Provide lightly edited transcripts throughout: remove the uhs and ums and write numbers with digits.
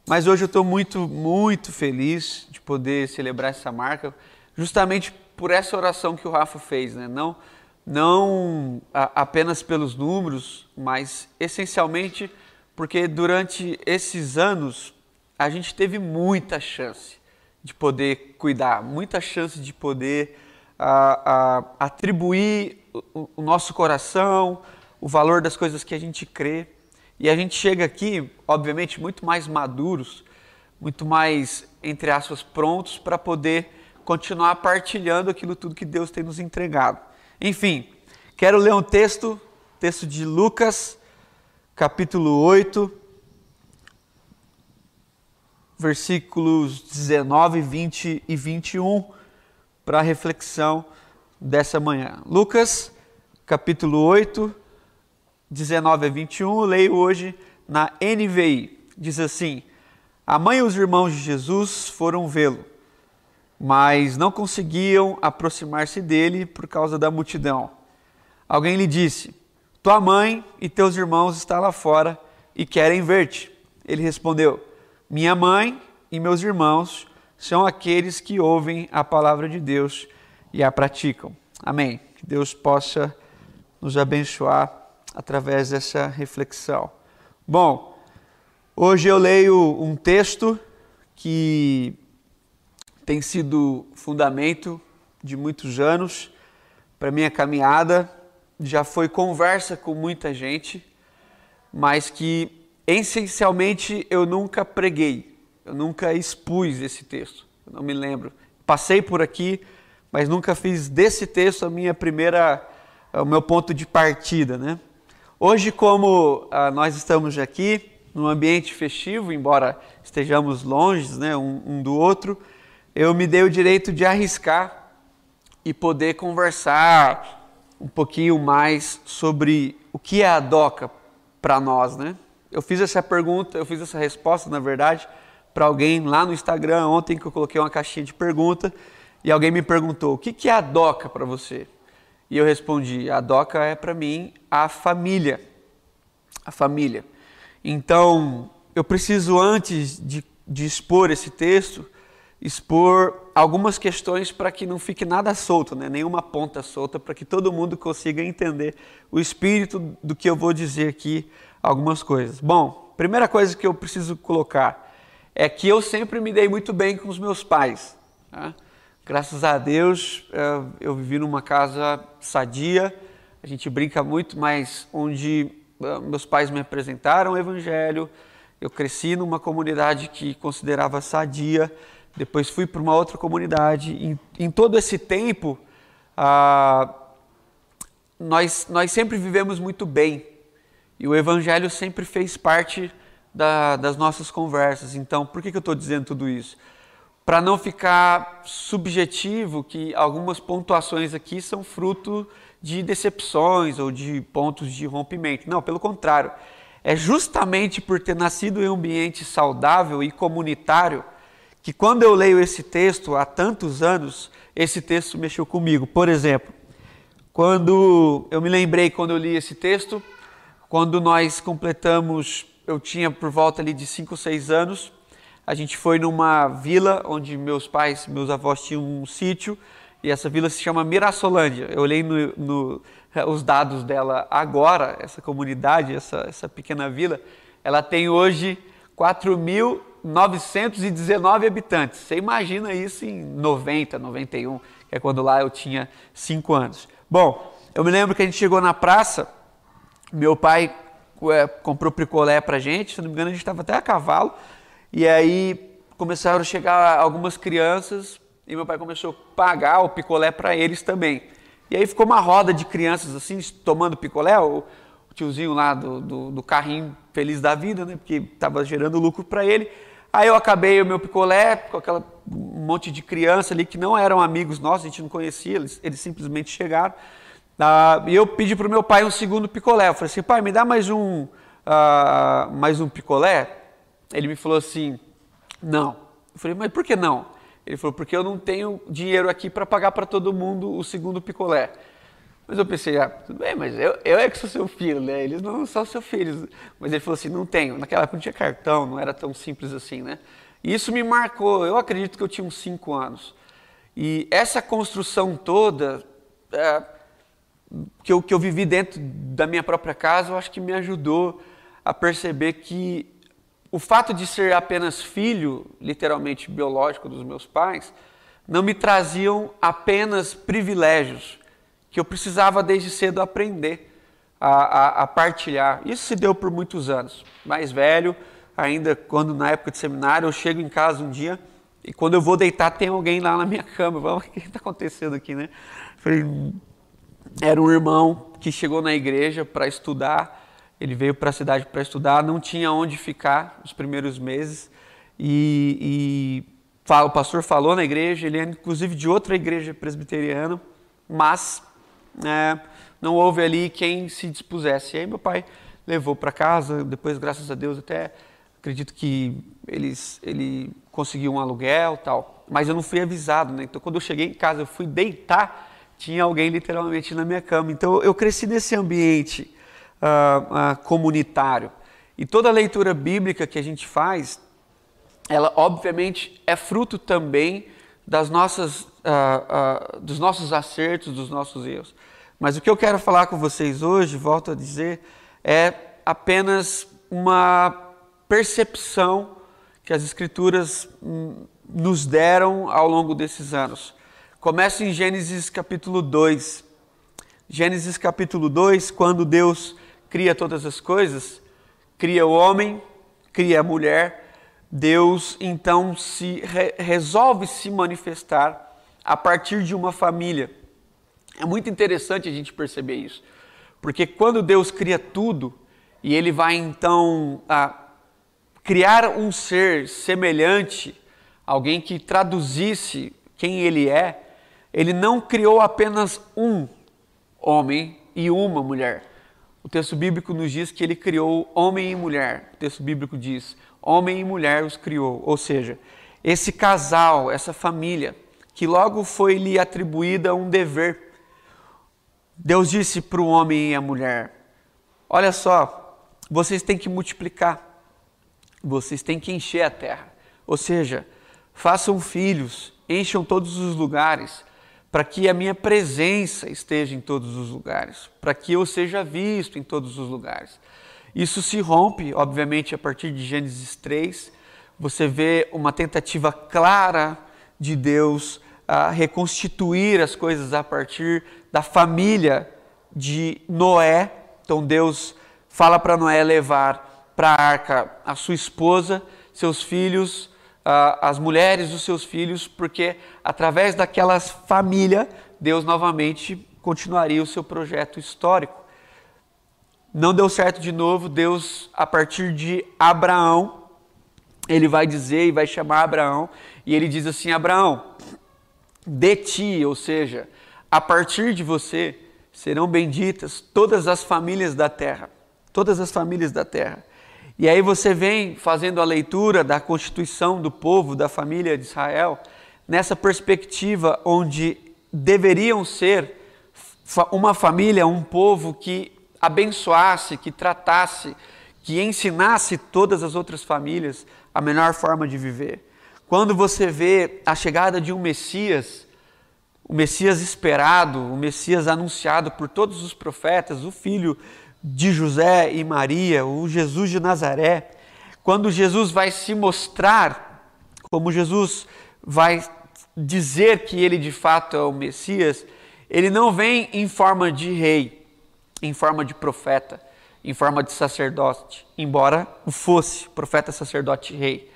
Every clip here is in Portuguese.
Mas hoje eu estou muito feliz de poder celebrar essa marca, justamente por essa oração que o Rafa fez, né? Não apenas pelos números, mas essencialmente porque durante esses anos a gente teve muita chance de poder cuidar, muita chance de poder atribuir o nosso coração, o valor das coisas que a gente crê. E a gente chega aqui, obviamente, muito mais maduros, muito mais, entre aspas, prontos para poder continuar partilhando aquilo tudo que Deus tem nos entregado. Enfim, quero ler um texto de Lucas, capítulo 8, versículos 19, 20 e 21, para a reflexão dessa manhã. Lucas, capítulo 8, 19 a 21, eu leio hoje na NVI. Diz assim: a mãe e os irmãos de Jesus foram vê-lo, mas não conseguiam aproximar-se dele por causa da multidão. Alguém lhe disse: tua mãe e teus irmãos estão lá fora e querem ver-te. Ele respondeu: minha mãe e meus irmãos são aqueles que ouvem a palavra de Deus e a praticam. Amém. Que Deus possa nos abençoar através dessa reflexão. Bom, hoje eu leio um texto que tem sido fundamento de muitos anos para minha caminhada, já foi conversa com muita gente, mas que essencialmente eu nunca preguei, eu nunca expus esse texto, eu não me lembro. Passei por aqui, mas nunca fiz desse texto o meu ponto de partida, né? Hoje, como nós estamos aqui num ambiente festivo, embora estejamos longe, né, um do outro, eu me dei o direito de arriscar e poder conversar um pouquinho mais sobre o que é a DOCA para nós, né? Eu fiz essa pergunta, eu fiz essa resposta, na verdade, para alguém lá no Instagram ontem, que eu coloquei uma caixinha de pergunta, e alguém me perguntou: o que é a DOCA para você? E eu respondi: a DOCA é para mim a família. A família. Então, eu preciso, antes de expor esse texto, expor algumas questões para que não fique nada solto, né? Nenhuma ponta solta, para que todo mundo consiga entender o espírito do que eu vou dizer aqui, algumas coisas. Bom, primeira coisa que eu preciso colocar é que eu sempre me dei muito bem com os meus pais, tá? Graças a Deus, eu vivi numa casa sadia, a gente brinca muito, mas onde meus pais me apresentaram o Evangelho, eu cresci numa comunidade que considerava sadia, depois fui para uma outra comunidade. Em todo esse tempo, nós sempre vivemos muito bem, e o Evangelho sempre fez parte das nossas conversas. Então, por que eu estou dizendo tudo isso? Para não ficar subjetivo que algumas pontuações aqui são fruto de decepções ou de pontos de rompimento. Não, pelo contrário. É justamente por ter nascido em um ambiente saudável e comunitário que, quando eu leio esse texto há tantos anos, esse texto mexeu comigo. Por exemplo, quando eu me lembrei, quando eu li esse texto, quando nós completamos, eu tinha por volta ali de 5 ou 6 anos, a gente foi numa vila onde meus avós tinham um sítio, e essa vila se chama Mirassolândia. Eu olhei os dados dela agora, essa comunidade, essa pequena vila, ela tem hoje 4.919 habitantes. Você imagina isso em 90, 91, que é quando lá eu tinha 5 anos. Bom, eu me lembro que a gente chegou na praça, meu pai comprou picolé pra gente, se não me engano a gente estava até a cavalo, e aí começaram a chegar algumas crianças e meu pai começou a pagar o picolé para eles também. E aí ficou uma roda de crianças assim, tomando picolé, o tiozinho lá do carrinho feliz da vida, né? Porque estava gerando lucro para ele. Aí eu acabei o meu picolé com aquela monte de criança ali que não eram amigos nossos, a gente não conhecia, eles simplesmente chegaram. E eu pedi para o meu pai um segundo picolé. Eu falei assim: pai, me dá mais um picolé? Ele me falou assim: não. Eu falei: mas por que não? Ele falou: porque eu não tenho dinheiro aqui para pagar para todo mundo o segundo picolé. Mas eu pensei, tudo bem, mas eu é que sou seu filho, né? Eles não são seus filhos. Mas ele falou assim, não tenho. Naquela época não tinha cartão, não era tão simples assim, né? E isso me marcou. Eu acredito que eu tinha uns 5 anos. E essa construção toda que eu vivi dentro da minha própria casa, eu acho que me ajudou a perceber que o fato de ser apenas filho, literalmente biológico, dos meus pais, não me traziam apenas privilégios, que eu precisava desde cedo aprender a partilhar. Isso se deu por muitos anos. Mais velho, ainda quando na época de seminário, eu chego em casa um dia e quando eu vou deitar tem alguém lá na minha cama. O que está acontecendo aqui, né? Era um irmão que chegou na igreja para estudar, ele veio para a cidade para estudar, não tinha onde ficar os primeiros meses o pastor falou na igreja, ele é inclusive de outra igreja presbiteriana, mas não houve ali quem se dispusesse. E aí meu pai levou para casa, depois, graças a Deus, até acredito que ele conseguiu um aluguel e tal, mas eu não fui avisado, né? Então quando eu cheguei em casa, eu fui deitar, tinha alguém literalmente na minha cama. Então eu cresci nesse ambiente comunitário. E toda a leitura bíblica que a gente faz, ela obviamente é fruto também dos nossos acertos, dos nossos erros. Mas o que eu quero falar com vocês hoje, volto a dizer, é apenas uma percepção que as Escrituras nos deram ao longo desses anos. Começa em Gênesis capítulo 2. Gênesis capítulo 2, quando Deus cria todas as coisas, cria o homem, cria a mulher, Deus então resolve se manifestar a partir de uma família. É muito interessante a gente perceber isso, porque quando Deus cria tudo e Ele vai então criar um ser semelhante, alguém que traduzisse quem Ele é, Ele não criou apenas um homem e uma mulher. O texto bíblico nos diz que Ele criou homem e mulher. O texto bíblico diz, homem e mulher os criou. Ou seja, esse casal, essa família, que logo foi-lhe atribuída um dever. Deus disse para o homem e a mulher, olha só, vocês têm que multiplicar, vocês têm que encher a terra. Ou seja, façam filhos, encham todos os lugares, para que a minha presença esteja em todos os lugares, para que eu seja visto em todos os lugares. Isso se rompe, obviamente, a partir de Gênesis 3, você vê uma tentativa clara de Deus a reconstituir as coisas a partir da família de Noé. Então Deus fala para Noé levar para a arca a sua esposa, seus filhos, as mulheres dos seus filhos, porque através daquela família, Deus novamente continuaria o seu projeto histórico. Não deu certo de novo, Deus, a partir de Abraão, Ele vai dizer e vai chamar Abraão, e Ele diz assim, Abraão, de ti, ou seja, a partir de você, serão benditas todas as famílias da terra, todas as famílias da terra. E aí você vem fazendo a leitura da constituição do povo, da família de Israel, nessa perspectiva onde deveriam ser uma família, um povo que abençoasse, que tratasse, que ensinasse todas as outras famílias a melhor forma de viver. Quando você vê a chegada de um Messias, o Messias esperado, o Messias anunciado por todos os profetas, o filho de José e Maria, o Jesus de Nazaré, quando Jesus vai se mostrar, como Jesus vai dizer que ele de fato é o Messias, ele não vem em forma de rei, em forma de profeta, em forma de sacerdote, embora o fosse profeta, sacerdote e rei.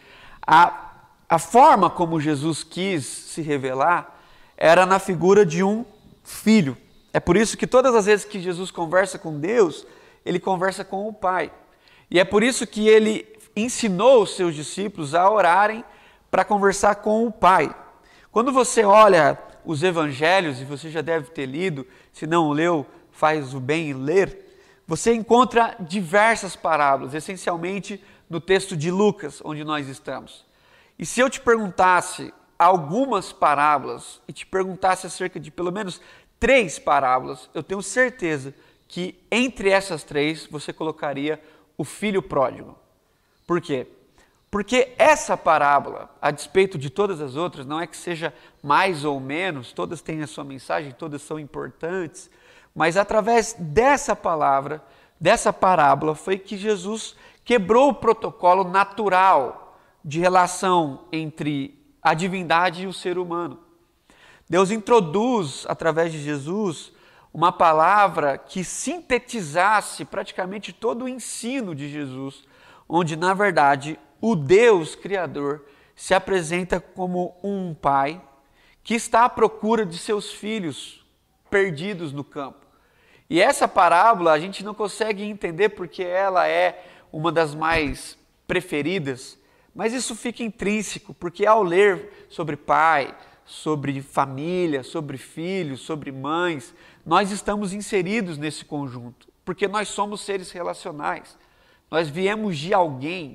A forma como Jesus quis se revelar era na figura de um filho. É por isso que todas as vezes que Jesus conversa com Deus, ele conversa com o Pai. E é por isso que ele ensinou os seus discípulos a orarem para conversar com o Pai. Quando você olha os evangelhos, e você já deve ter lido, se não leu, faz o bem em ler, você encontra diversas parábolas, essencialmente no texto de Lucas, onde nós estamos. E se eu te perguntasse algumas parábolas, e te perguntasse acerca de pelo menos 3 parábolas, eu tenho certeza que entre essas 3 você colocaria o filho pródigo. Por quê? Porque essa parábola, a despeito de todas as outras, não é que seja mais ou menos, todas têm a sua mensagem, todas são importantes, mas através dessa palavra, dessa parábola, foi que Jesus quebrou o protocolo natural de relação entre a divindade e o ser humano. Deus introduz, através de Jesus, uma palavra que sintetizasse praticamente todo o ensino de Jesus, onde, na verdade, o Deus Criador se apresenta como um pai que está à procura de seus filhos perdidos no campo. E essa parábola a gente não consegue entender porque ela é uma das mais preferidas, mas isso fica intrínseco, porque ao ler sobre pai, sobre família, sobre filhos, sobre mães, nós estamos inseridos nesse conjunto, porque nós somos seres relacionais, nós viemos de alguém,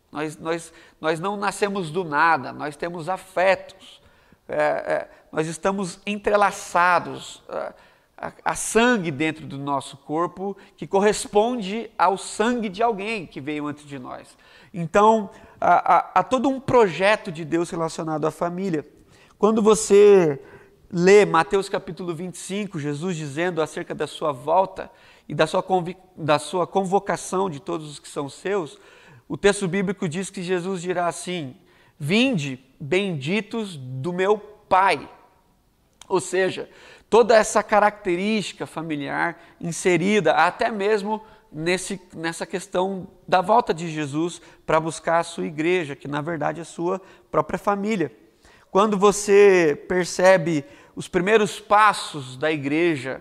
nós não nascemos do nada, nós temos afetos, nós estamos entrelaçados, há sangue dentro do nosso corpo que corresponde ao sangue de alguém que veio antes de nós. Então, há todo um projeto de Deus relacionado à família. Quando você lê Mateus capítulo 25, Jesus dizendo acerca da sua volta e da sua convocação de todos os que são seus, o texto bíblico diz que Jesus dirá assim: vinde, benditos do meu Pai. Ou seja, toda essa característica familiar inserida até mesmo nessa questão da volta de Jesus para buscar a sua igreja, que na verdade é a sua própria família. Quando você percebe os primeiros passos da igreja,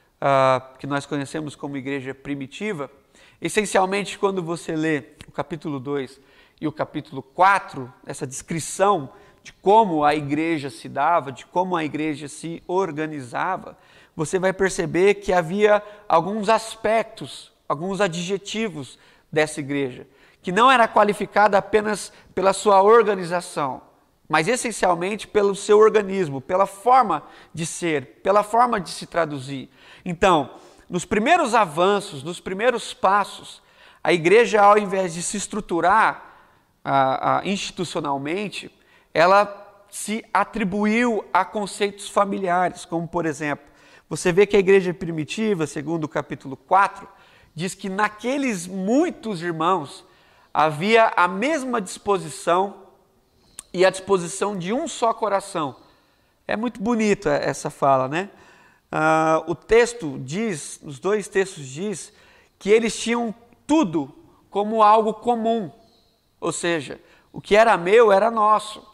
que nós conhecemos como igreja primitiva, essencialmente quando você lê o capítulo 2 e o capítulo 4, essa descrição de como a igreja se dava, de como a igreja se organizava, você vai perceber que havia alguns aspectos, alguns adjetivos dessa igreja, que não era qualificada apenas pela sua organização, mas essencialmente pelo seu organismo, pela forma de ser, pela forma de se traduzir. Então, nos primeiros avanços, nos primeiros passos, a igreja, ao invés de se estruturar institucionalmente, ela se atribuiu a conceitos familiares, como por exemplo, você vê que a igreja primitiva, segundo o capítulo 4, diz que naqueles muitos irmãos havia a mesma disposição e a disposição de um só coração. É muito bonita essa fala, né? O texto diz, os 2 textos diz, que eles tinham tudo como algo comum, ou seja, o que era meu era nosso.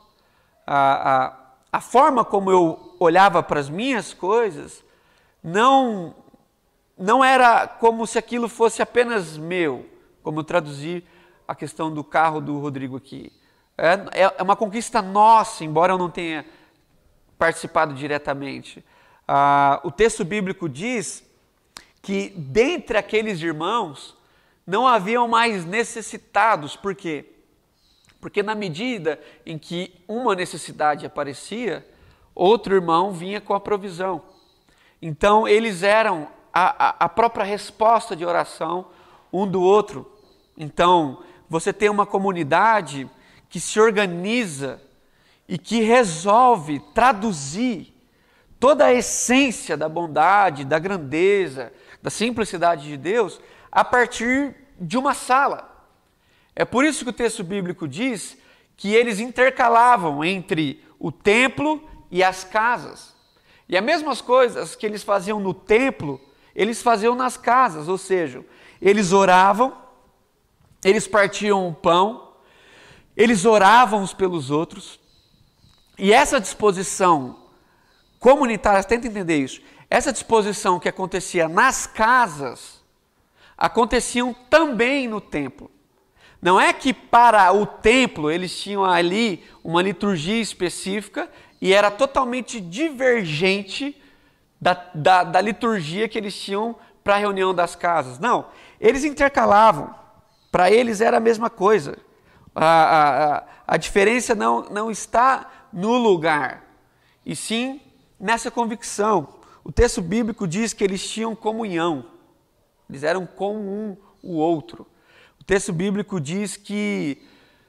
A forma como eu olhava para as minhas coisas não era como se aquilo fosse apenas meu, como eu traduzi a questão do carro do Rodrigo aqui. É uma conquista nossa, embora eu não tenha participado diretamente. O texto bíblico diz que dentre aqueles irmãos não haviam mais necessitados. Por quê? Porque na medida em que uma necessidade aparecia, outro irmão vinha com a provisão. Então eles eram a própria resposta de oração um do outro. Então você tem uma comunidade que se organiza e que resolve traduzir toda a essência da bondade, da grandeza, da simplicidade de Deus a partir de uma sala. É por isso que o texto bíblico diz que eles intercalavam entre o templo e as casas. E as mesmas coisas que eles faziam no templo, eles faziam nas casas, ou seja, eles oravam, eles partiam o pão, eles oravam uns pelos outros, e essa disposição comunitária, tenta entender isso, essa disposição que acontecia nas casas, aconteciam também no templo. Não é que para o templo eles tinham ali uma liturgia específica e era totalmente divergente da liturgia que eles tinham para a reunião das casas. Não, eles intercalavam, para eles era a mesma coisa. A diferença não está no lugar, e sim nessa convicção. o texto bíblico diz que eles tinham comunhão, eles eram com o outro. O texto bíblico diz que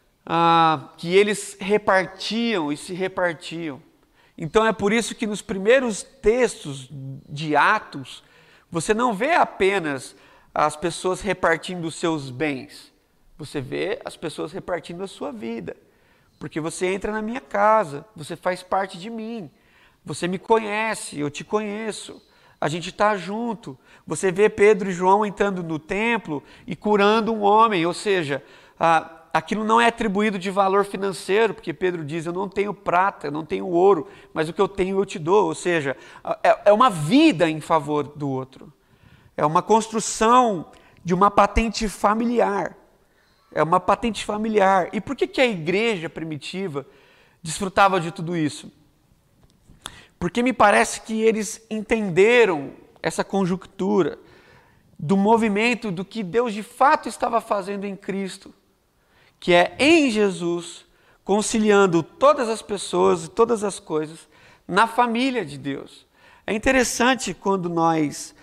eles repartiam e se repartiam. Então é por isso que nos primeiros textos de Atos, você não vê apenas as pessoas repartindo os seus bens, você vê as pessoas repartindo a sua vida. Porque você entra na minha casa, você faz parte de mim, você me conhece, eu te conheço, a gente está junto. Você vê Pedro e João entrando no templo e curando um homem, ou seja, aquilo não é atribuído de valor financeiro, porque Pedro diz, eu não tenho prata, eu não tenho ouro, mas o que eu tenho eu te dou, ou seja, é uma vida em favor do outro. É uma construção de uma patente familiar. É uma patente familiar. E por que a igreja primitiva desfrutava de tudo isso? Porque me parece que eles entenderam essa conjuntura do movimento do que Deus de fato estava fazendo em Cristo, que é em Jesus, conciliando todas as pessoas e todas as coisas na família de Deus. É interessante quando nós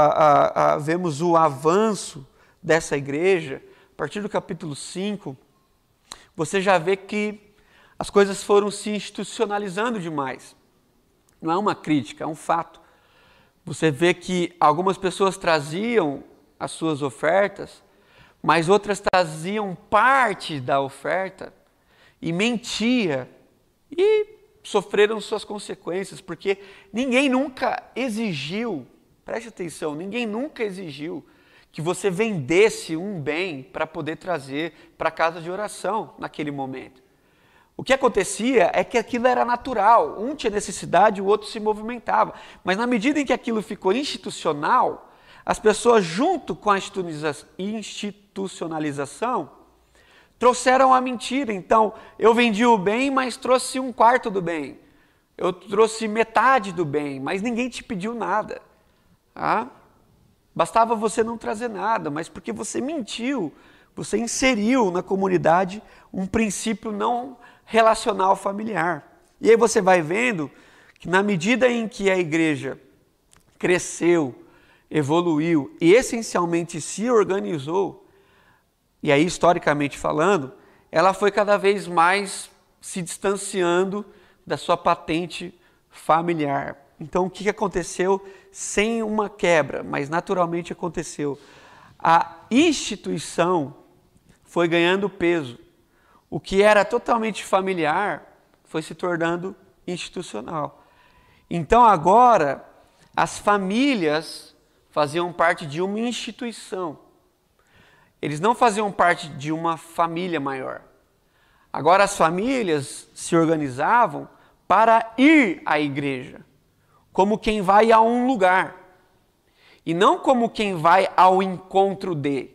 vemos o avanço dessa igreja. A partir do capítulo 5, você já vê que as coisas foram se institucionalizando demais. Não é uma crítica, é um fato. Você vê que algumas pessoas traziam as suas ofertas, mas outras traziam parte da oferta e mentia e sofreram suas consequências, porque ninguém nunca exigiu, preste atenção, ninguém nunca exigiu que você vendesse um bem para poder trazer para a casa de oração naquele momento. O que acontecia é que aquilo era natural, um tinha necessidade, o outro se movimentava. Mas na medida em que aquilo ficou institucional, as pessoas junto com a institucionalização trouxeram a mentira. Então, eu vendi o bem, mas trouxe um quarto do bem. Eu trouxe metade do bem, mas ninguém te pediu nada. Bastava você não trazer nada, mas porque você mentiu, você inseriu na comunidade um princípio não relacional familiar. E aí você vai vendo que na medida em que a igreja cresceu, evoluiu e essencialmente se organizou, e aí historicamente falando, ela foi cada vez mais se distanciando da sua patente familiar. Então o que aconteceu sem uma quebra, mas naturalmente aconteceu? A instituição foi ganhando peso. O que era totalmente familiar foi se tornando institucional. Então agora as famílias faziam parte de uma instituição. Eles não faziam parte de uma família maior. Agora as famílias se organizavam para ir à igreja, como quem vai a um lugar, e não como quem vai ao encontro de.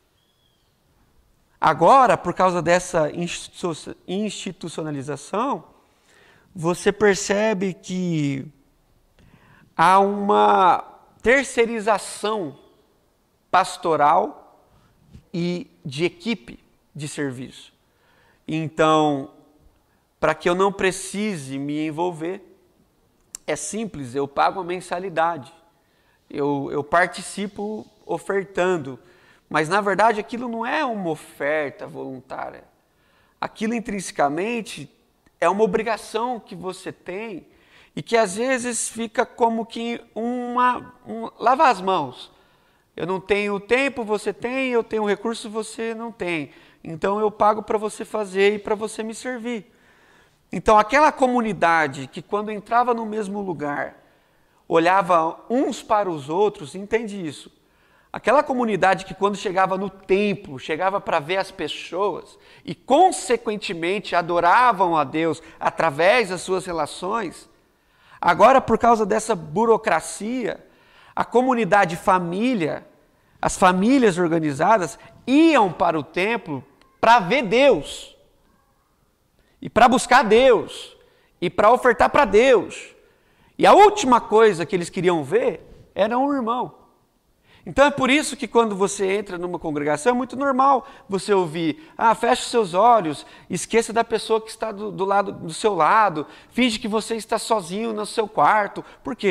Agora, por causa dessa institucionalização, você percebe que há uma terceirização pastoral e de equipe de serviço. Então, para que eu não precise me envolver, é simples, eu pago a mensalidade, eu participo ofertando, mas na verdade aquilo não é uma oferta voluntária, aquilo intrinsecamente é uma obrigação que você tem e que às vezes fica como que lavar as mãos. Eu não tenho tempo, você tem, eu tenho recurso, você não tem. Então eu pago para você fazer e para você me servir. Então aquela comunidade que quando entrava no mesmo lugar, olhava uns para os outros, entende isso? Aquela comunidade que quando chegava no templo, chegava para ver as pessoas e consequentemente adoravam a Deus através das suas relações, agora por causa dessa burocracia, a comunidade família, as famílias organizadas iam para o templo para ver Deus, e para buscar Deus, e para ofertar para Deus. E a última coisa que eles queriam ver era um irmão. Então é por isso que quando você entra numa congregação é muito normal você ouvir, feche os seus olhos, esqueça da pessoa que está do seu lado, finge que você está sozinho no seu quarto. Por quê?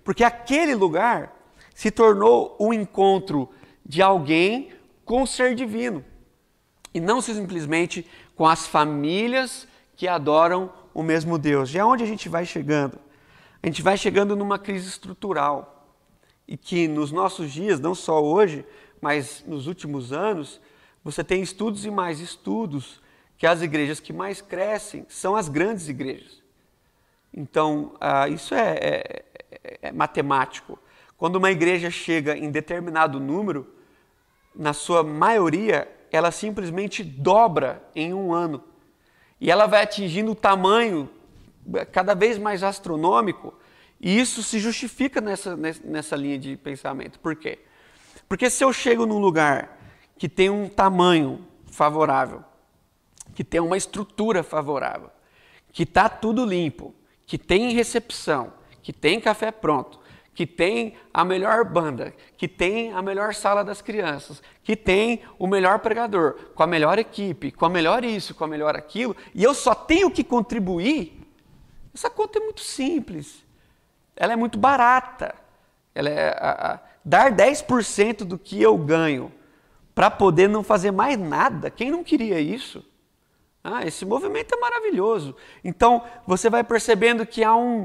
Porque aquele lugar se tornou um encontro de alguém com o ser divino. E não simplesmente com as famílias que adoram o mesmo Deus. E aonde a gente vai chegando? A gente vai chegando numa crise estrutural. E que nos nossos dias, não só hoje, mas nos últimos anos, você tem estudos e mais estudos que as igrejas que mais crescem são as grandes igrejas. Então, isso é matemático. Quando uma igreja chega em determinado número, na sua maioria, ela simplesmente dobra em um ano. E ela vai atingindo o tamanho cada vez mais astronômico, e isso se justifica nessa linha de pensamento. Por quê? Porque se eu chego num lugar que tem um tamanho favorável, que tem uma estrutura favorável, que está tudo limpo, que tem recepção, que tem café pronto, que tem a melhor banda, que tem a melhor sala das crianças, que tem o melhor pregador, com a melhor equipe, com a melhor isso, com a melhor aquilo, e eu só tenho que contribuir, essa conta é muito simples, ela é muito barata. Dar 10% do que eu ganho para poder não fazer mais nada, quem não queria isso? Esse movimento é maravilhoso. Então, você vai percebendo que há um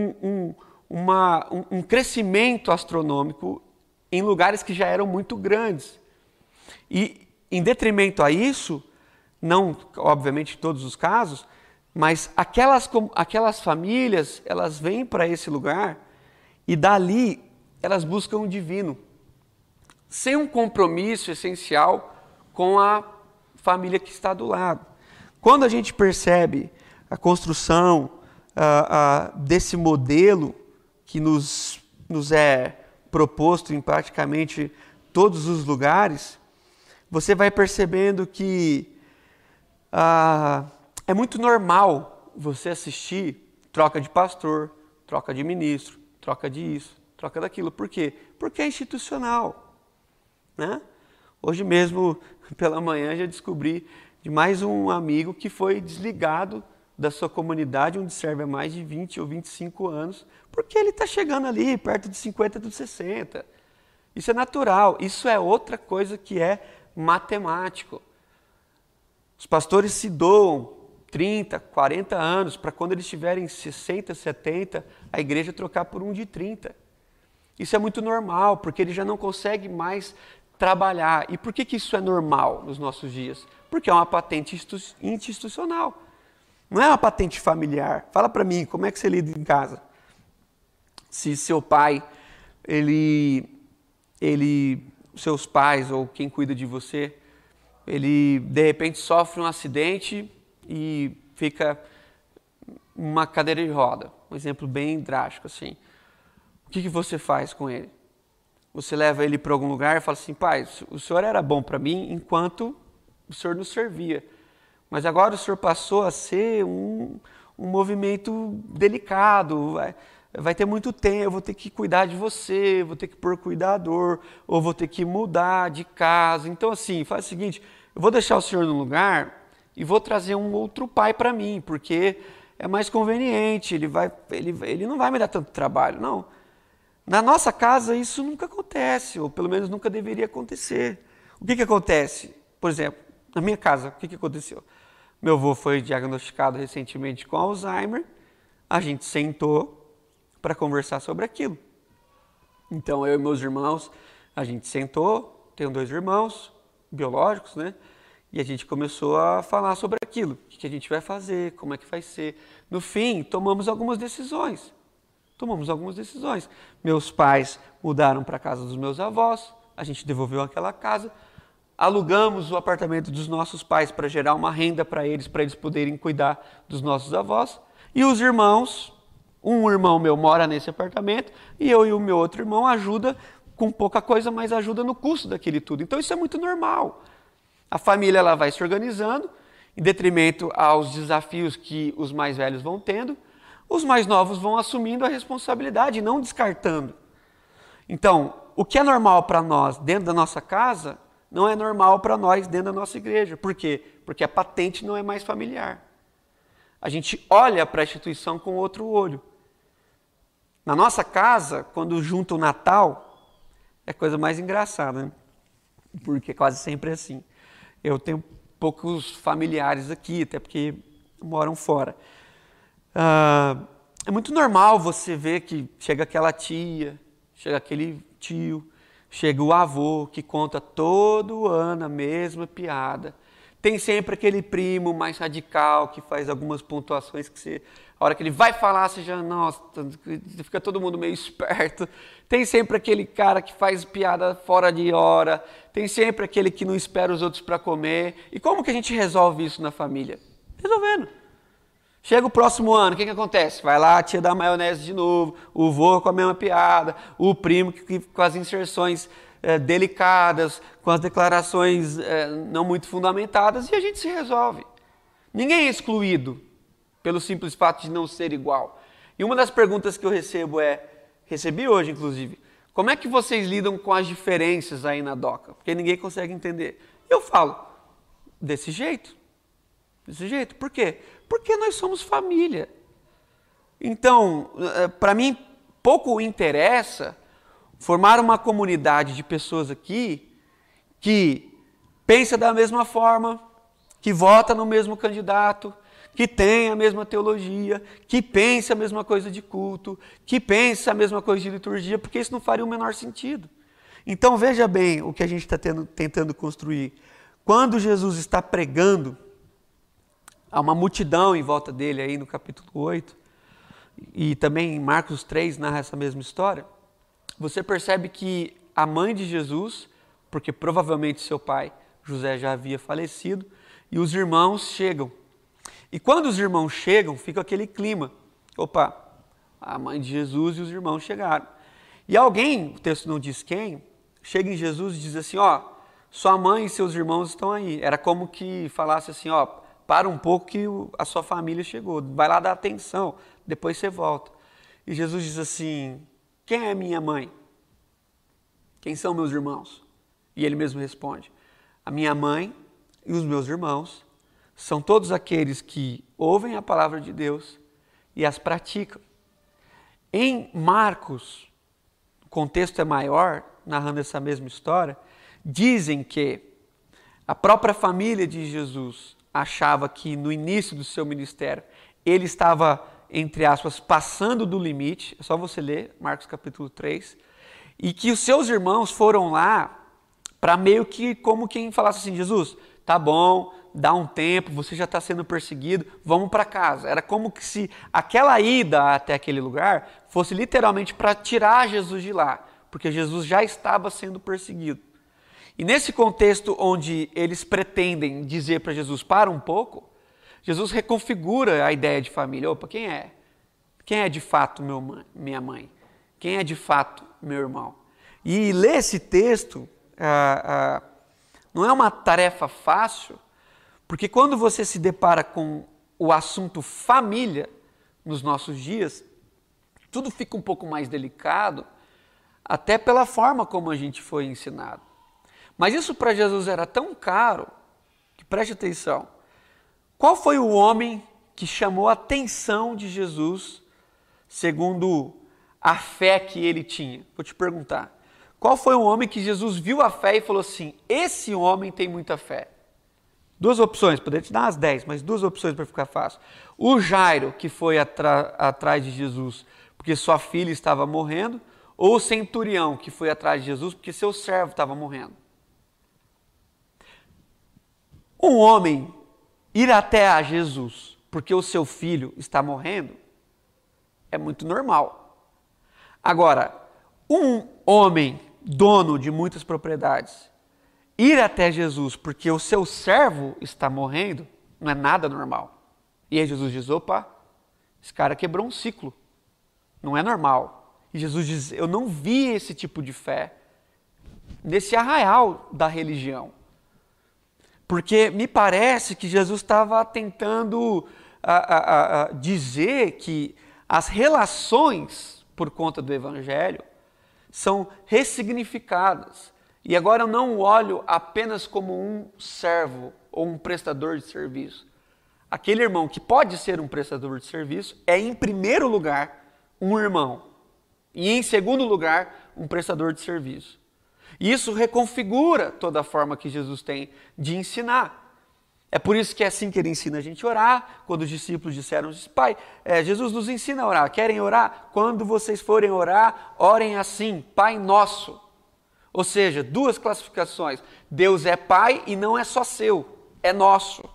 crescimento astronômico em lugares que já eram muito grandes. E, em detrimento a isso, não, obviamente, em todos os casos, mas aquelas famílias, elas vêm para esse lugar e dali elas buscam o divino, sem um compromisso essencial com a família que está do lado. Quando a gente percebe a construção desse modelo que nos é proposto em praticamente todos os lugares, você vai percebendo que é muito normal você assistir troca de pastor, troca de ministro, troca de isso, troca daquilo. Por quê? Porque é institucional, né? Hoje mesmo, pela manhã, já descobri de mais um amigo que foi desligado da sua comunidade, onde serve há mais de 20 ou 25 anos, porque ele está chegando ali, perto de 50, dos 60. Isso é natural, isso é outra coisa que é matemático. Os pastores se doam 30, 40 anos, para quando eles tiverem 60, 70, a igreja trocar por um de 30. Isso é muito normal, porque ele já não consegue mais trabalhar. E por que isso é normal nos nossos dias? Porque é uma patente institucional. Não é uma patente familiar. Fala para mim, como é que você lida em casa? Se seu pai, seus pais ou quem cuida de você, ele de repente sofre um acidente e fica uma cadeira de roda. Um exemplo bem drástico assim. O que você faz com ele? Você leva ele para algum lugar e fala assim, pai, o senhor era bom para mim enquanto o senhor nos servia. Mas agora o senhor passou a ser um movimento delicado, vai ter muito tempo, eu vou ter que cuidar de você, vou ter que pôr cuidador, ou vou ter que mudar de casa. Então assim, faz o seguinte, eu vou deixar o senhor no lugar e vou trazer um outro pai para mim, porque é mais conveniente, ele não vai me dar tanto trabalho, não. Na nossa casa isso nunca acontece, ou pelo menos nunca deveria acontecer. O que acontece? Por exemplo, na minha casa, o que aconteceu? Meu avô foi diagnosticado recentemente com Alzheimer, a gente sentou para conversar sobre aquilo. Então eu e meus irmãos, a gente sentou, tenho 2 irmãos biológicos, né? E a gente começou a falar sobre aquilo. O que a gente vai fazer, como é que vai ser. No fim, tomamos algumas decisões. Meus pais mudaram para a casa dos meus avós, a gente devolveu aquela casa, alugamos o apartamento dos nossos pais para gerar uma renda para eles poderem cuidar dos nossos avós. E os irmãos, um irmão meu mora nesse apartamento e eu e o meu outro irmão ajuda com pouca coisa, mas ajuda no custo daquele tudo. Então isso é muito normal. A família ela vai se organizando em detrimento aos desafios que os mais velhos vão tendo. Os mais novos vão assumindo a responsabilidade, não descartando. Então, o que é normal para nós dentro da nossa casa, não é normal para nós dentro da nossa igreja. Por quê? Porque a patente não é mais familiar. A gente olha para a instituição com outro olho. Na nossa casa, quando junta o Natal, é a coisa mais engraçada, né? Porque quase sempre é assim. Eu tenho poucos familiares aqui, até porque moram fora. É muito normal você ver que chega aquela tia, chega aquele tio, chega o avô que conta todo ano a mesma piada. Tem sempre aquele primo mais radical que faz algumas pontuações que você, a hora que ele vai falar, você já, nossa, fica todo mundo meio esperto. Tem sempre aquele cara que faz piada fora de hora. Tem sempre aquele que não espera os outros para comer. E como que a gente resolve isso na família? Resolvendo. Chega o próximo ano, o que acontece? Vai lá a tia da maionese de novo, o vô com a mesma piada, o primo com as inserções delicadas, com as declarações não muito fundamentadas, e a gente se resolve. Ninguém é excluído pelo simples fato de não ser igual. E uma das perguntas que eu recebi hoje inclusive, como é que vocês lidam com as diferenças aí na DOCA? Porque ninguém consegue entender. Eu falo, desse jeito. Desse jeito. Por quê? Porque nós somos família. Então, para mim, pouco interessa formar uma comunidade de pessoas aqui que pensa da mesma forma, que vota no mesmo candidato, que tem a mesma teologia, que pensa a mesma coisa de culto, que pensa a mesma coisa de liturgia, porque isso não faria o menor sentido. Então, veja bem o que a gente está tentando construir. Quando Jesus está pregando, há uma multidão em volta dele aí no capítulo 8, e também em Marcos 3 narra essa mesma história. Você percebe que a mãe de Jesus, porque provavelmente seu pai, José, já havia falecido, e os irmãos chegam. E quando os irmãos chegam, fica aquele clima. Opa, a mãe de Jesus e os irmãos chegaram. E alguém, o texto não diz quem, chega em Jesus e diz assim, ó, sua mãe e seus irmãos estão aí. Era como que falasse assim, ó, para um pouco que a sua família chegou, vai lá dar atenção, depois você volta. E Jesus diz assim, quem é minha mãe? Quem são meus irmãos? E ele mesmo responde, a minha mãe e os meus irmãos são todos aqueles que ouvem a palavra de Deus e as praticam. Em Marcos, o contexto é maior, narrando essa mesma história, dizem que a própria família de Jesus achava que no início do seu ministério ele estava, entre aspas, passando do limite, é só você ler Marcos capítulo 3, e que os seus irmãos foram lá para meio que como quem falasse assim, Jesus, tá bom, dá um tempo, você já está sendo perseguido, vamos para casa. Era como que se aquela ida até aquele lugar fosse literalmente para tirar Jesus de lá, porque Jesus já estava sendo perseguido. E nesse contexto onde eles pretendem dizer para Jesus, para um pouco, Jesus reconfigura a ideia de família. Opa, quem é? Quem é de fato minha mãe? Quem é de fato meu irmão? E ler esse texto não é uma tarefa fácil, porque quando você se depara com o assunto família nos nossos dias, tudo fica um pouco mais delicado, até pela forma como a gente foi ensinado. Mas isso para Jesus era tão caro, que preste atenção, qual foi o homem que chamou a atenção de Jesus segundo a fé que ele tinha? Vou te perguntar, qual foi o homem que Jesus viu a fé e falou assim, esse homem tem muita fé? Duas opções, poderia te dar umas 10, mas duas opções para ficar fácil. O Jairo, que foi atrás de Jesus porque sua filha estava morrendo, ou o centurião, que foi atrás de Jesus porque seu servo estava morrendo. Um homem ir até a Jesus porque o seu filho está morrendo é muito normal. Agora, um homem dono de muitas propriedades ir até Jesus porque o seu servo está morrendo não é nada normal. E aí Jesus diz, opa, esse cara quebrou um ciclo, não é normal. E Jesus diz, eu não vi esse tipo de fé nesse arraial da religião. Porque me parece que Jesus estava tentando dizer que as relações por conta do Evangelho são ressignificadas. E agora eu não olho apenas como um servo ou um prestador de serviço. Aquele irmão que pode ser um prestador de serviço é, em primeiro lugar, um irmão. E em segundo lugar, um prestador de serviço. Isso reconfigura toda a forma que Jesus tem de ensinar. É por isso que é assim que ele ensina a gente a orar. Quando os discípulos disseram, Pai, Jesus nos ensina a orar. Querem orar? Quando vocês forem orar, orem assim, Pai Nosso. Ou seja, duas classificações. Deus é Pai e não é só seu, é nosso.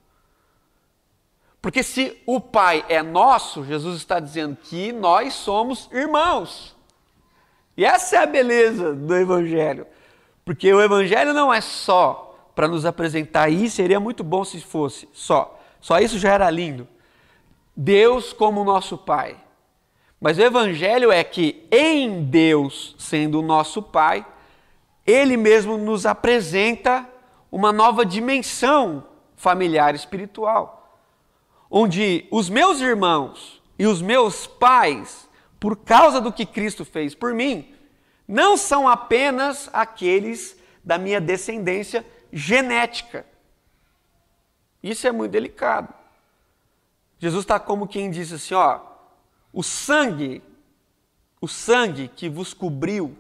Porque se o Pai é nosso, Jesus está dizendo que nós somos irmãos. E essa é a beleza do Evangelho. Porque o Evangelho não é só para nos apresentar, e seria muito bom se fosse só. Só isso já era lindo. Deus como nosso Pai. Mas o Evangelho é que em Deus, sendo o nosso Pai, Ele mesmo nos apresenta uma nova dimensão familiar espiritual. Onde os meus irmãos e os meus pais, por causa do que Cristo fez por mim, não são apenas aqueles da minha descendência genética. Isso é muito delicado. Jesus está como quem diz assim, o sangue que vos cobriu,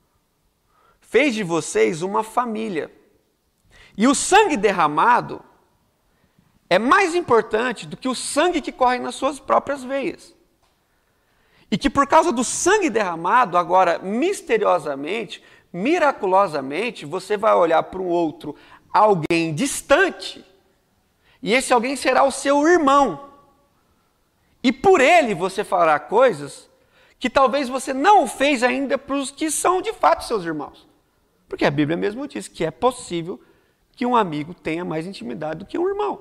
fez de vocês uma família. E o sangue derramado é mais importante do que o sangue que corre nas suas próprias veias. E que por causa do sangue derramado, agora misteriosamente, miraculosamente, você vai olhar para um outro, alguém distante, e esse alguém será o seu irmão. E por ele você fará coisas que talvez você não fez ainda para os que são de fato seus irmãos. Porque a Bíblia mesmo diz que é possível que um amigo tenha mais intimidade do que um irmão.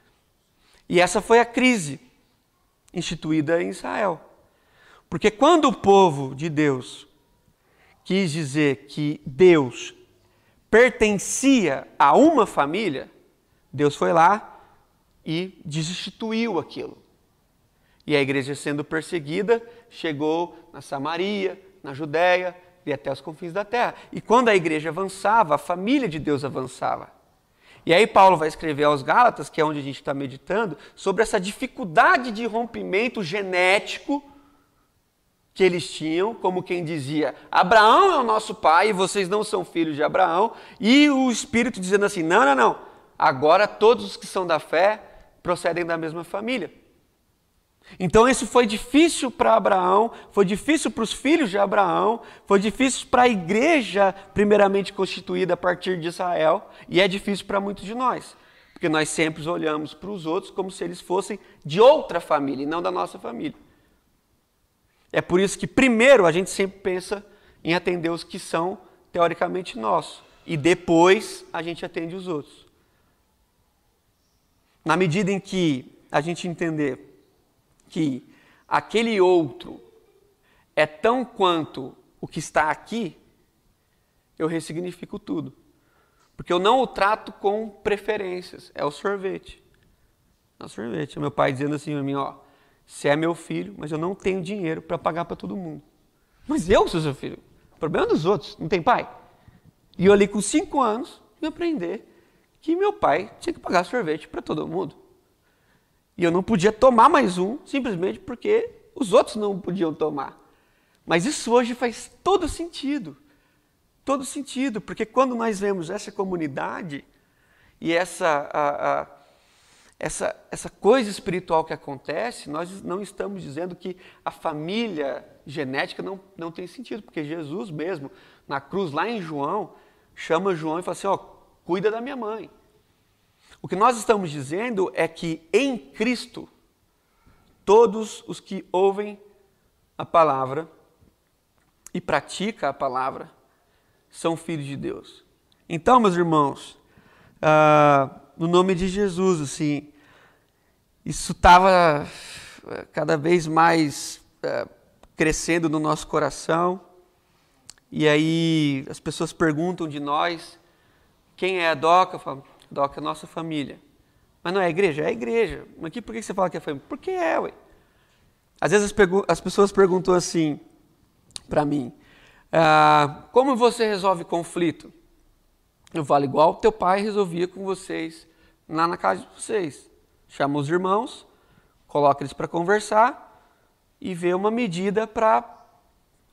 E essa foi a crise instituída em Israel. Porque quando o povo de Deus quis dizer que Deus pertencia a uma família, Deus foi lá e desinstituiu aquilo. E a igreja sendo perseguida, chegou na Samaria, na Judéia e até os confins da terra. E quando a igreja avançava, a família de Deus avançava. E aí Paulo vai escrever aos Gálatas, que é onde a gente está meditando, sobre essa dificuldade de rompimento genético que eles tinham, como quem dizia, Abraão é o nosso pai e vocês não são filhos de Abraão, e o Espírito dizendo assim, não, agora todos os que são da fé procedem da mesma família. Então isso foi difícil para Abraão, foi difícil para os filhos de Abraão, foi difícil para a igreja primeiramente constituída a partir de Israel, e é difícil para muitos de nós, porque nós sempre olhamos para os outros como se eles fossem de outra família e não da nossa família. É por isso que primeiro a gente sempre pensa em atender os que são teoricamente nossos, e depois a gente atende os outros. Na medida em que a gente entender que aquele outro é tão quanto o que está aqui, eu ressignifico tudo. Porque eu não o trato com preferências, é o sorvete. É o sorvete. É meu pai dizendo assim para mim, você é meu filho, mas eu não tenho dinheiro para pagar para todo mundo. Mas eu sou seu filho. O problema é dos outros, não tem pai. E eu ali com 5 anos, fui aprender que meu pai tinha que pagar sorvete para todo mundo. E eu não podia tomar mais um, simplesmente porque os outros não podiam tomar. Mas isso hoje faz todo sentido. Todo sentido, porque quando nós vemos essa comunidade e essa coisa espiritual que acontece, nós não estamos dizendo que a família genética não tem sentido, porque Jesus mesmo, na cruz, lá em João, chama João e fala assim, cuida da minha mãe. O que nós estamos dizendo é que em Cristo, todos os que ouvem a palavra e praticam a palavra são filhos de Deus. Então, meus irmãos, no nome de Jesus, assim, isso estava cada vez mais crescendo no nosso coração. E aí as pessoas perguntam de nós, quem é a Doca? Eu falo, Doca é nossa família. Mas não é a igreja? É a igreja. Mas por que você fala que é família? Porque é, ué. Às vezes as pessoas perguntam assim para mim, como você resolve conflito? Eu falo, igual teu pai resolvia com vocês lá na casa de vocês. Chama os irmãos, coloca eles para conversar e vê uma medida para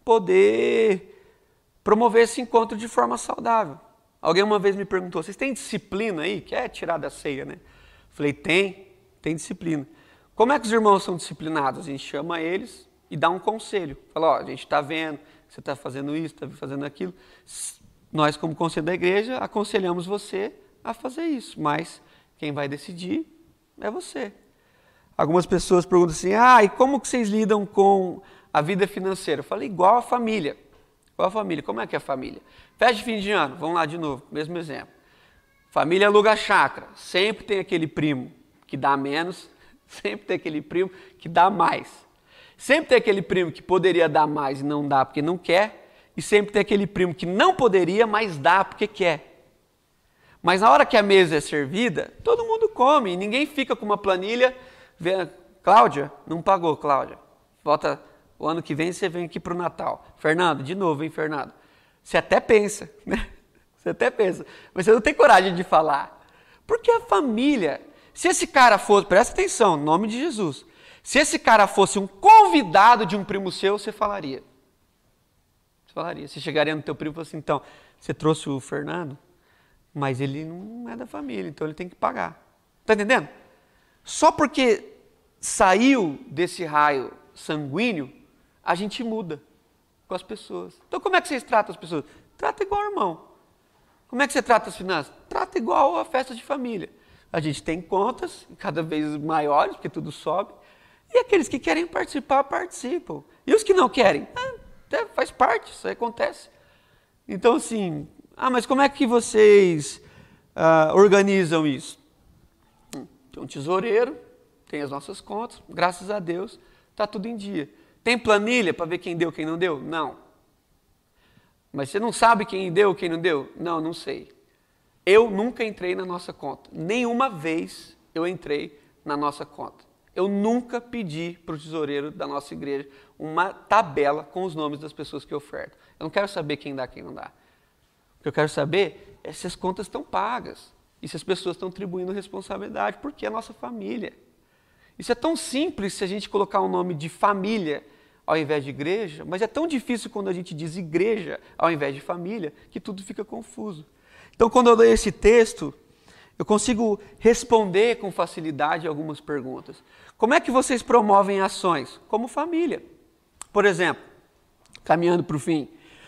poder promover esse encontro de forma saudável. Alguém uma vez me perguntou, vocês têm disciplina aí? Quer tirar da ceia, né? Falei, tem disciplina. Como é que os irmãos são disciplinados? A gente chama eles e dá um conselho. Fala, ó, a gente está vendo que você está fazendo isso, está fazendo aquilo. Nós, como conselho da igreja, aconselhamos você a fazer isso, mas quem vai decidir é você. Algumas pessoas perguntam assim, e como que vocês lidam com a vida financeira? Eu falei, igual a família. Igual a família. Como é que é a família? Festa de fim de ano, vamos lá de novo, mesmo exemplo. Família aluga chácara, sempre tem aquele primo que dá menos, sempre tem aquele primo que dá mais. Sempre tem aquele primo que poderia dar mais e não dá porque não quer, e sempre tem aquele primo que não poderia, mas dá porque quer. Mas na hora que a mesa é servida, todo mundo come, e ninguém fica com uma planilha, Cláudia, não pagou, Cláudia. Volta, o ano que vem você vem aqui para o Natal. Fernando, de novo, hein, Fernando? Você até pensa, né? Você até pensa, mas você não tem coragem de falar. Porque a família, se esse cara fosse, presta atenção, em nome de Jesus, se esse cara fosse um convidado de um primo seu, você falaria. Você falaria, você chegaria no teu primo e falaria assim, então, você trouxe o Fernando, mas ele não é da família, então ele tem que pagar. Tá entendendo? Só porque saiu desse raio sanguíneo, a gente muda com as pessoas. Então como é que vocês tratam as pessoas? Trata igual irmão. Como é que você trata as finanças? Trata igual a festa de família. A gente tem contas cada vez maiores, porque tudo sobe, e aqueles que querem participar, participam. E os que não querem? Até faz parte, isso aí acontece. Então assim, mas como é que vocês organizam isso? Tem um tesoureiro, tem as nossas contas, graças a Deus, está tudo em dia. Tem planilha para ver quem deu, quem não deu? Não. Mas você não sabe quem deu, quem não deu? Não, não sei. Eu nunca entrei na nossa conta. Nenhuma vez eu entrei na nossa conta. Eu nunca pedi para o tesoureiro da nossa igreja uma tabela com os nomes das pessoas que ofertam. Eu não quero saber quem dá, quem não dá. O que eu quero saber é se as contas estão pagas e se as pessoas estão atribuindo responsabilidade, porque é a nossa família. Isso é tão simples se a gente colocar o nome de família ao invés de igreja, mas é tão difícil quando a gente diz igreja ao invés de família, que tudo fica confuso. Então, quando eu leio esse texto, eu consigo responder com facilidade algumas perguntas. Como é que vocês promovem ações? Como família. Por exemplo, caminhando para o fim,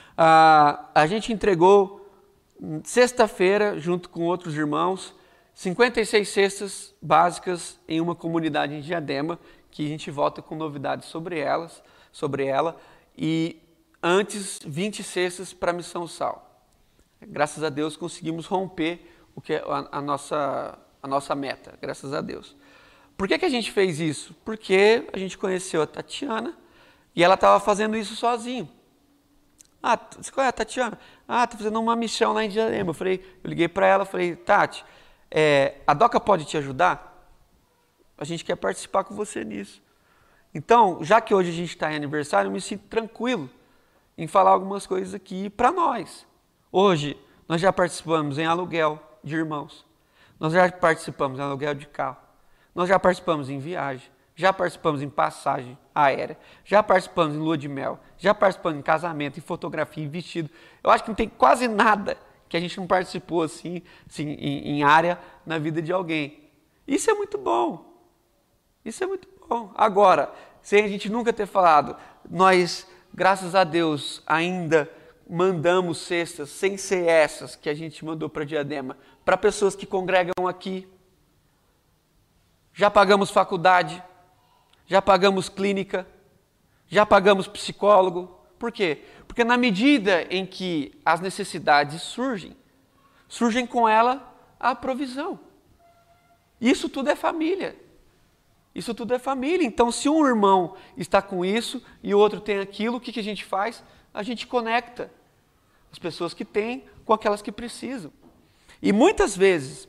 a gente entregou sexta-feira, junto com outros irmãos, 56 cestas básicas em uma comunidade em Diadema, que a gente volta com novidades sobre ela, e antes 20 cestas para a Missão Sal. Graças a Deus conseguimos romper o que é a nossa meta, graças a Deus. Por que a gente fez isso? Porque a gente conheceu a Tatiana e ela estava fazendo isso sozinha. Você conhece a Tatiana? Está fazendo uma missão lá em Diadema. Eu liguei para ela, falei, Tati, a Doca pode te ajudar? A gente quer participar com você nisso. Então, já que hoje a gente está em aniversário, eu me sinto tranquilo em falar algumas coisas aqui para nós. Hoje, nós já participamos em aluguel de irmãos. Nós já participamos em aluguel de carro. Nós já participamos em viagem. Já participamos em passagem aérea. Já participamos em lua de mel. Já participamos em casamento, em fotografia, em vestido. Eu acho que não tem quase nada que a gente não participou assim em área na vida de alguém. Isso é muito bom. Isso é muito bom. Agora, sem a gente nunca ter falado, nós, graças a Deus, ainda mandamos cestas, sem ser essas que a gente mandou para Diadema, para pessoas que congregam aqui. Já pagamos faculdade, já pagamos clínica, já pagamos psicólogo. Por quê? Porque na medida em que as necessidades surgem com ela a provisão. Isso tudo é família. Isso tudo é família. Então, se um irmão está com isso e o outro tem aquilo, o que a gente faz? A gente conecta as pessoas que têm com aquelas que precisam. E muitas vezes,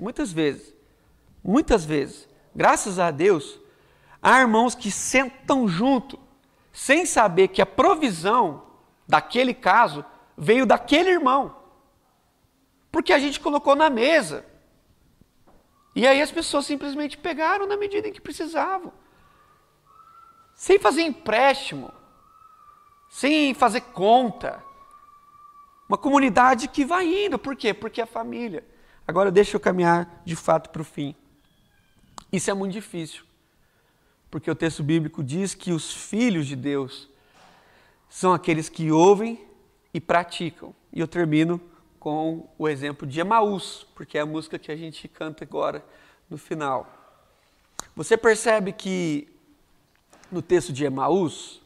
graças a Deus, há irmãos que sentam junto, sem saber que a provisão daquele caso veio daquele irmão. Porque a gente colocou na mesa. E aí as pessoas simplesmente pegaram na medida em que precisavam. Sem fazer empréstimo. sem fazer conta. Uma comunidade que vai indo. Por quê? Porque é família. Agora deixa eu caminhar de fato para o fim. Isso é muito difícil. Porque o texto bíblico diz que os filhos de Deus são aqueles que ouvem e praticam. E eu termino com o exemplo de Emaús, porque é a música que a gente canta agora no final. Você percebe que no texto de Emaús,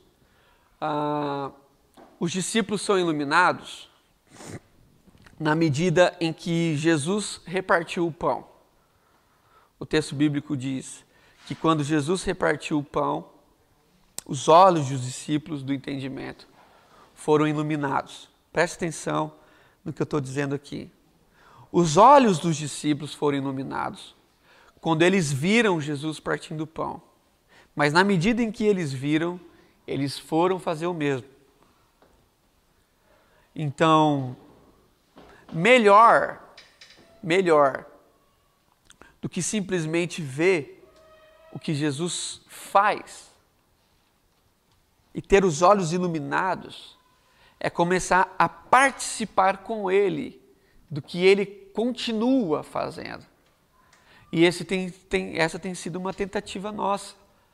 os discípulos são iluminados na medida em que Jesus repartiu o pão. O texto bíblico diz que quando Jesus repartiu o pão, os olhos dos discípulos do entendimento foram iluminados. Preste atenção no que eu estou dizendo aqui. Os olhos dos discípulos foram iluminados quando eles viram Jesus partindo o pão. Mas na medida em que eles viram, eles foram fazer o mesmo. Então, melhor do que simplesmente ver o que Jesus faz e ter os olhos iluminados, é começar a participar com Ele do que Ele continua fazendo. E essa tem sido uma tentativa nossa.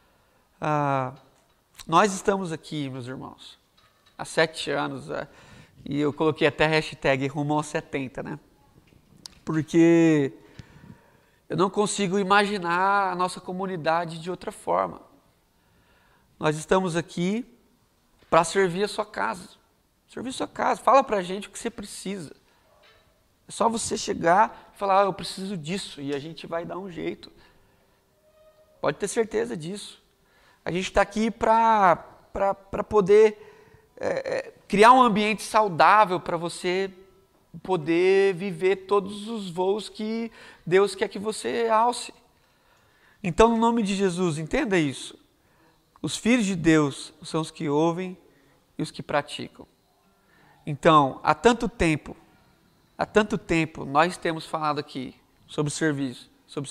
Nós estamos aqui, meus irmãos, há 7 anos, e eu coloquei até a hashtag rumo aos 70, né? Porque eu não consigo imaginar a nossa comunidade de outra forma. Nós estamos aqui para servir a sua casa. Servir a sua casa. Fala para a gente o que você precisa. É só você chegar e falar, eu preciso disso, e a gente vai dar um jeito. Pode ter certeza disso. A gente está aqui para poder criar um ambiente saudável para você poder viver todos os voos que Deus quer que você alce. Então, no nome de Jesus, entenda isso. Os filhos de Deus são os que ouvem e os que praticam. Então, há tanto tempo, nós temos falado aqui sobre serviço,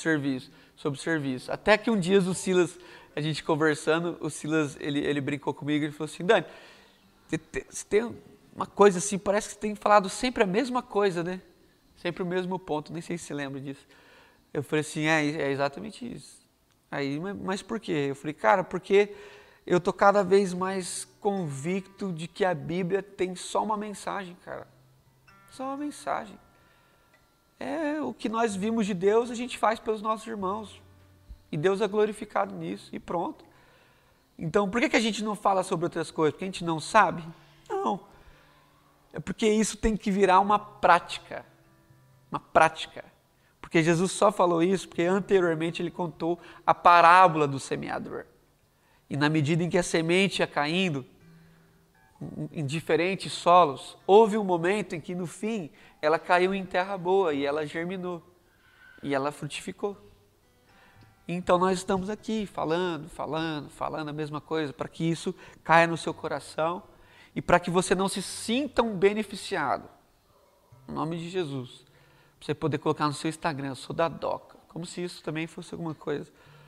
até que um dia o Silas, a gente conversando, o Silas, ele brincou comigo e falou assim, Dani, você tem uma coisa assim, parece que você tem falado sempre a mesma coisa, né? Sempre o mesmo ponto, nem sei se você lembra disso. Eu falei assim, é exatamente isso. Aí, mas por quê? Eu falei, cara, porque eu tô cada vez mais convicto de que a Bíblia tem só uma mensagem, cara. Só uma mensagem. É o que nós vimos de Deus, a gente faz pelos nossos irmãos. E Deus é glorificado nisso, e pronto. Então, por que a gente não fala sobre outras coisas? Porque a gente não sabe? Não. É porque isso tem que virar uma prática. Uma prática. Porque Jesus só falou isso porque anteriormente ele contou a parábola do semeador. E na medida em que a semente ia caindo em diferentes solos, houve um momento em que no fim ela caiu em terra boa e ela germinou. E ela frutificou. Então nós estamos aqui falando a mesma coisa para que isso caia no seu coração e para que você não se sinta um beneficiado. Em nome de Jesus. Para você poder colocar no seu Instagram, eu sou da DOCA. Como se isso também fosse alguma coisa.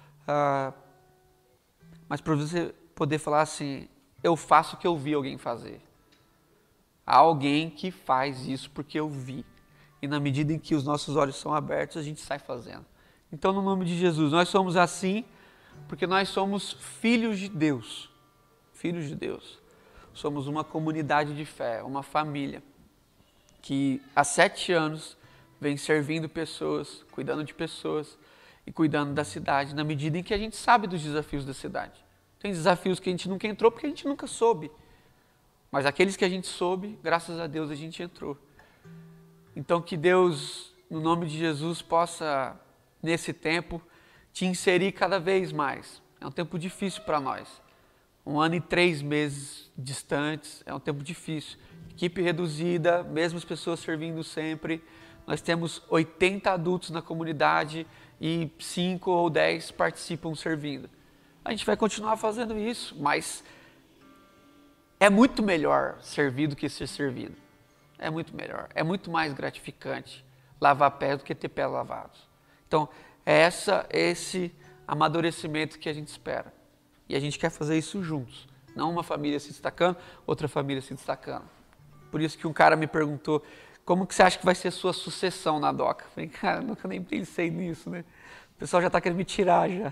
Mas para você poder falar assim, eu faço o que eu vi alguém fazer. Há alguém que faz isso porque eu vi. E na medida em que os nossos olhos são abertos, a gente sai fazendo. Então, no nome de Jesus, nós somos assim porque nós somos filhos de Deus. Filhos de Deus. Somos uma comunidade de fé, uma família que há 7 anos vem servindo pessoas, cuidando de pessoas e cuidando da cidade, na medida em que a gente sabe dos desafios da cidade. Tem desafios que a gente nunca entrou porque a gente nunca soube. Mas aqueles que a gente soube, graças a Deus a gente entrou. Então que Deus, no nome de Jesus, possa, nesse tempo, te inserir cada vez mais. É um tempo difícil para nós. 1 ano e 3 meses distantes, é um tempo difícil. Equipe reduzida, mesmas pessoas servindo sempre. Nós temos 80 adultos na comunidade e 5 ou 10 participam servindo. A gente vai continuar fazendo isso, mas é muito melhor servir do que ser servido. É muito melhor, é muito mais gratificante lavar pés do que ter pés lavados. Então, é esse amadurecimento que a gente espera. E a gente quer fazer isso juntos, Não uma família se destacando, outra família se destacando. Por isso que um cara me perguntou, como que você acha que vai ser a sua sucessão na DOCA? Eu falei, cara, nunca nem pensei nisso, né? O pessoal já está querendo me tirar já.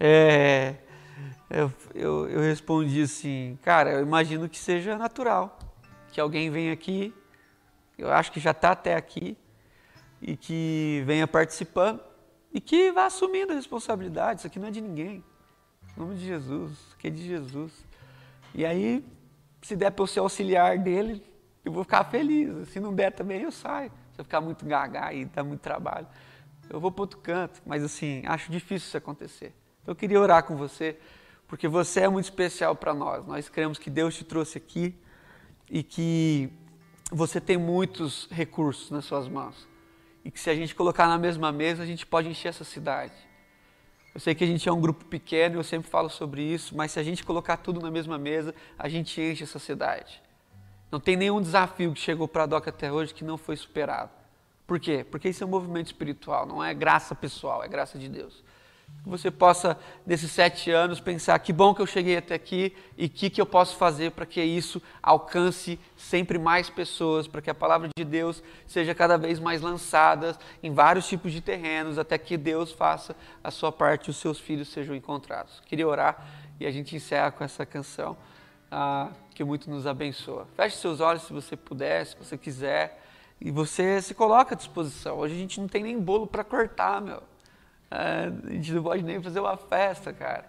Eu respondi assim, cara, eu imagino que seja natural, que alguém venha aqui, eu acho que já está até aqui, e que venha participando, e que vá assumindo a responsabilidade. Isso aqui não é de ninguém. Em nome de Jesus, isso aqui é de Jesus. E aí, se der para eu ser auxiliar dele, eu vou ficar feliz. Se não der também, eu saio. Se eu ficar muito gaga e dá muito trabalho, eu vou para outro canto. Mas assim, acho difícil isso acontecer. Então eu queria orar com você, porque você é muito especial para nós. Nós cremos que Deus te trouxe aqui e que você tem muitos recursos nas suas mãos. E que se a gente colocar na mesma mesa, a gente pode encher essa cidade. Eu sei que a gente é um grupo pequeno, eu sempre falo sobre isso, mas se a gente colocar tudo na mesma mesa, a gente enche essa cidade. Não tem nenhum desafio que chegou para a DOCA até hoje que não foi superado. Por quê? Porque isso é um movimento espiritual, não é graça pessoal, é graça de Deus. Que você possa, nesses 7 anos, pensar que bom que eu cheguei até aqui e o que eu posso fazer para que isso alcance sempre mais pessoas, para que a palavra de Deus seja cada vez mais lançada em vários tipos de terrenos, até que Deus faça a sua parte e os seus filhos sejam encontrados. Queria orar e a gente encerra com essa canção que muito nos abençoa. Feche seus olhos se você puder, se você quiser, e você se coloca à disposição. Hoje a gente não tem nem bolo para cortar, meu. A gente não pode nem fazer uma festa, cara.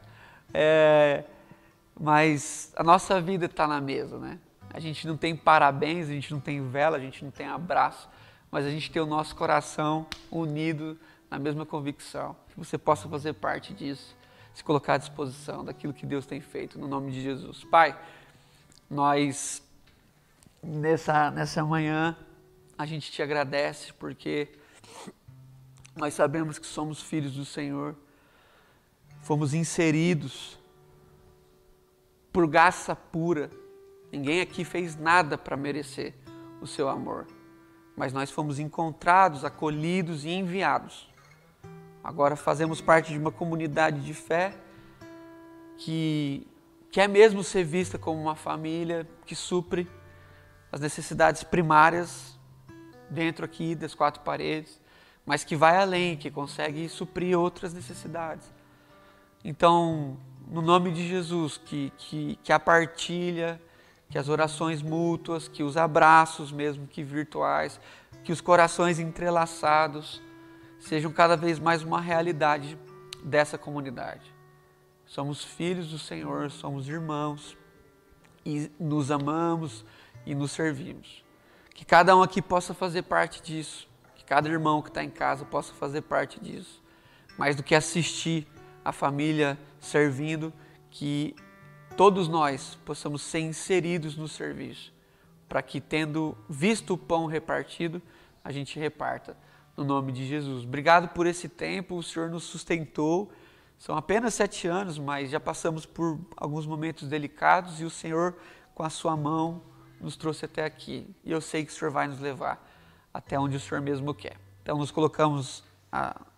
Mas a nossa vida está na mesa, né? A gente não tem parabéns, a gente não tem vela, a gente não tem abraço, mas a gente tem o nosso coração unido na mesma convicção. Que você possa fazer parte disso, se colocar à disposição daquilo que Deus tem feito, no nome de Jesus. Pai, nós, nessa manhã, a gente te agradece porque nós sabemos que somos filhos do Senhor, fomos inseridos por graça pura. Ninguém aqui fez nada para merecer o seu amor, mas nós fomos encontrados, acolhidos e enviados. Agora fazemos parte de uma comunidade de fé que quer mesmo ser vista como uma família que supre as necessidades primárias dentro aqui das 4 paredes, mas que vai além, que consegue suprir outras necessidades. Então, no nome de Jesus, que a partilha, que as orações mútuas, que os abraços mesmo que virtuais, que os corações entrelaçados sejam cada vez mais uma realidade dessa comunidade. Somos filhos do Senhor, somos irmãos e nos amamos e nos servimos. Que cada um aqui possa fazer parte disso. Que cada irmão que está em casa possa fazer parte disso. Mais do que assistir a família servindo, que todos nós possamos ser inseridos no serviço, para que, tendo visto o pão repartido, a gente reparta no nome de Jesus. Obrigado por esse tempo, o Senhor nos sustentou. São apenas 7 anos, mas já passamos por alguns momentos delicados e o Senhor, com a sua mão, nos trouxe até aqui. E eu sei que o Senhor vai nos levar até onde o Senhor mesmo quer. Então nos colocamos